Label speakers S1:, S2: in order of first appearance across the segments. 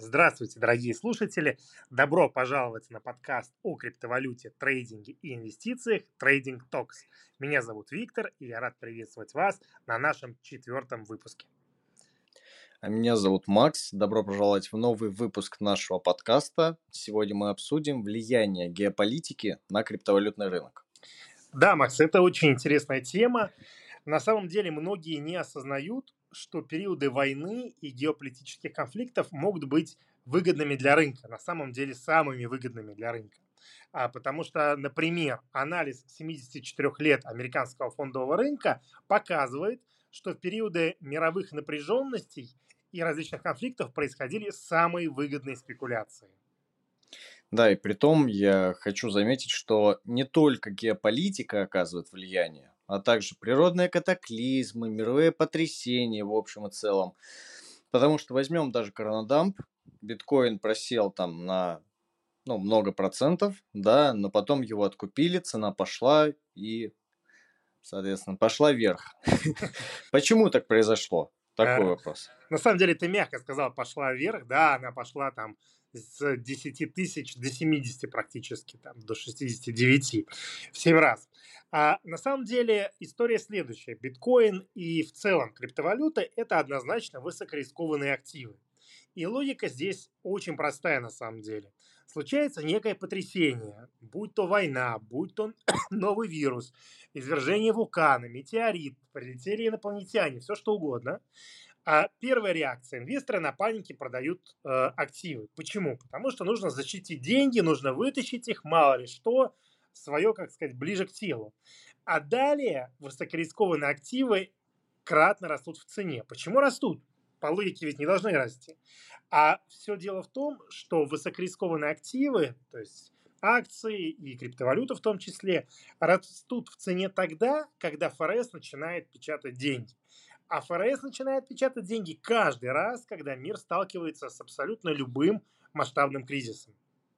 S1: Здравствуйте, дорогие слушатели! Добро пожаловать на подкаст о криптовалюте, трейдинге и инвестициях Trading Talks. Меня зовут Виктор, и я рад приветствовать вас на нашем 4-м выпуске.
S2: А меня зовут Макс. Добро пожаловать в новый выпуск нашего подкаста. Сегодня мы обсудим влияние геополитики на криптовалютный рынок.
S1: Да, Макс, это очень интересная тема. На самом деле многие не осознают, что периоды войны и геополитических конфликтов могут быть выгодными для рынка, на самом деле самыми выгодными для рынка. Потому что, например, анализ 74 лет американского фондового рынка показывает, что в периоды мировых напряженностей и различных конфликтов происходили самые выгодные спекуляции.
S2: Да, и при том я хочу заметить, что не только геополитика оказывает влияние, а также природные катаклизмы, мировые потрясения в общем и целом. Потому что возьмем даже коронадамп, биткоин просел там на много процентов, да, но потом его откупили, цена пошла и, соответственно, пошла вверх. Почему так произошло? Такой
S1: Э,
S2: вопрос.
S1: На самом деле ты мягко сказал, пошла вверх, да, она пошла там с 10 тысяч до 70 практически, там, до 69 в 7 раз. А на самом деле история следующая. Биткоин и в целом криптовалюта – это однозначно высокорискованные активы. И логика здесь очень простая на самом деле. Случается некое потрясение, будь то война, будь то новый вирус, извержение вулкана, метеорит, прилетели инопланетяне, все что угодно. А первая реакция. Инвесторы на панике продают активы. Почему? Потому что нужно защитить деньги, нужно вытащить их, мало ли что, свое, как сказать, ближе к телу. А далее высокорискованные активы кратно растут в цене. Почему растут? По логике ведь не должны расти. А все дело в том, что высокорискованные активы, то есть акции и криптовалюта в том числе, растут в цене тогда, когда ФРС начинает печатать деньги. А ФРС начинает печатать деньги каждый раз, когда мир сталкивается с абсолютно любым масштабным кризисом.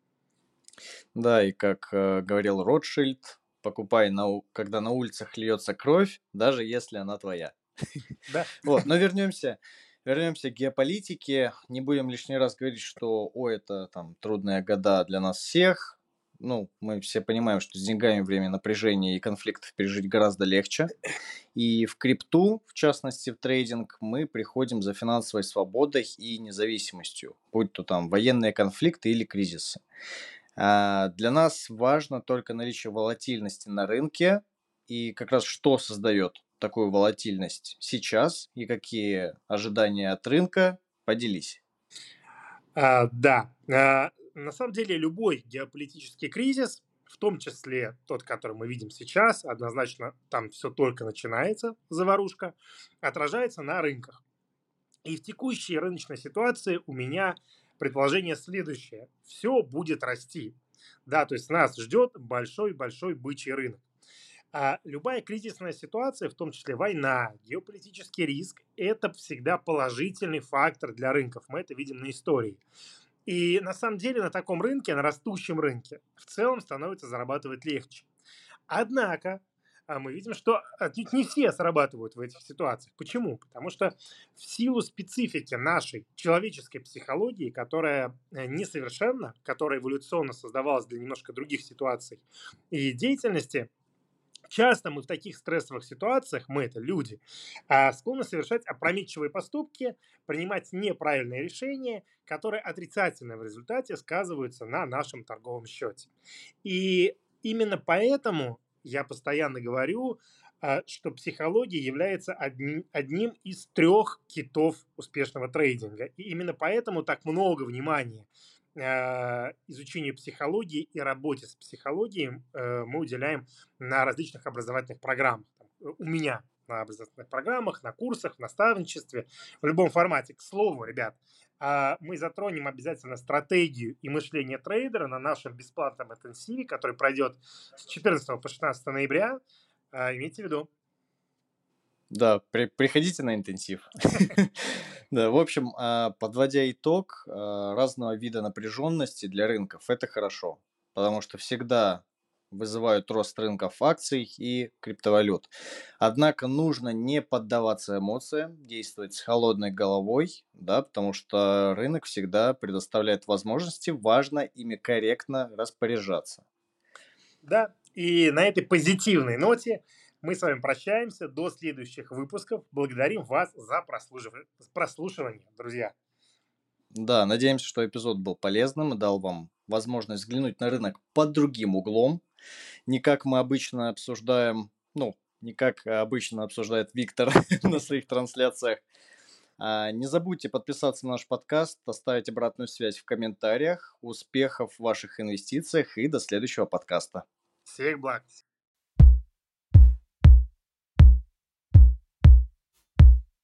S2: Да, и как говорил Ротшильд, покупай, когда на улицах льется кровь, даже если она твоя.
S1: Да?
S2: Вот, но вернемся к геополитике. Не будем лишний раз говорить, что, это там трудные года для нас всех. Мы все понимаем, что с деньгами время напряжения и конфликтов пережить гораздо легче. И в крипту, в частности в трейдинг, мы приходим за финансовой свободой и независимостью, будь то там военные конфликты или кризисы. Для нас важно только наличие волатильности на рынке и как раз что создает такую волатильность сейчас и какие ожидания от рынка. Поделись.
S1: Да. На самом деле любой геополитический кризис, в том числе тот, который мы видим сейчас, однозначно там все только начинается, заварушка, отражается на рынках. И в текущей рыночной ситуации у меня предположение следующее. Все будет расти. Да, то есть нас ждет большой-большой бычий рынок. А любая кризисная ситуация, в том числе война, геополитический риск, это всегда положительный фактор для рынков. Мы это видим на истории. И на самом деле на таком рынке, на растущем рынке, в целом становится зарабатывать легче. Однако мы видим, что отнюдь не все срабатывают в этих ситуациях. Почему? Потому что в силу специфики нашей человеческой психологии, которая несовершенна, которая эволюционно создавалась для немножко других ситуаций и деятельности, часто мы в таких стрессовых ситуациях, мы это люди, склонны совершать опрометчивые поступки, принимать неправильные решения, которые отрицательно в результате сказываются на нашем торговом счете. И именно поэтому я постоянно говорю, что психология является одним из 3 китов успешного трейдинга. И именно поэтому так много внимания изучению психологии и работе с психологией мы уделяем на различных образовательных программах. У меня на образовательных программах, на курсах, в наставничестве, в любом формате. К слову, ребят, мы затронем обязательно стратегию и мышление трейдера на нашем бесплатном интенсиве, который пройдет с 14 по 16 ноября. Имейте в виду.
S2: Да, приходите на интенсив. Да, в общем, подводя итог, разного вида напряженности для рынков – это хорошо, потому что всегда вызывают рост рынков акций и криптовалют. Однако нужно не поддаваться эмоциям, действовать с холодной головой, да, потому что рынок всегда предоставляет возможности, важно ими корректно распоряжаться.
S1: Да, и на этой позитивной ноте мы с вами прощаемся до следующих выпусков. Благодарим вас за прослушивание, друзья.
S2: Да, надеемся, что эпизод был полезным и дал вам возможность взглянуть на рынок под другим углом. Не как мы обычно обсуждаем, ну, не как обычно обсуждает Виктор на своих трансляциях. Не забудьте подписаться на наш подкаст, оставить обратную связь в комментариях. Успехов в ваших инвестициях и до следующего подкаста.
S1: Всех благ.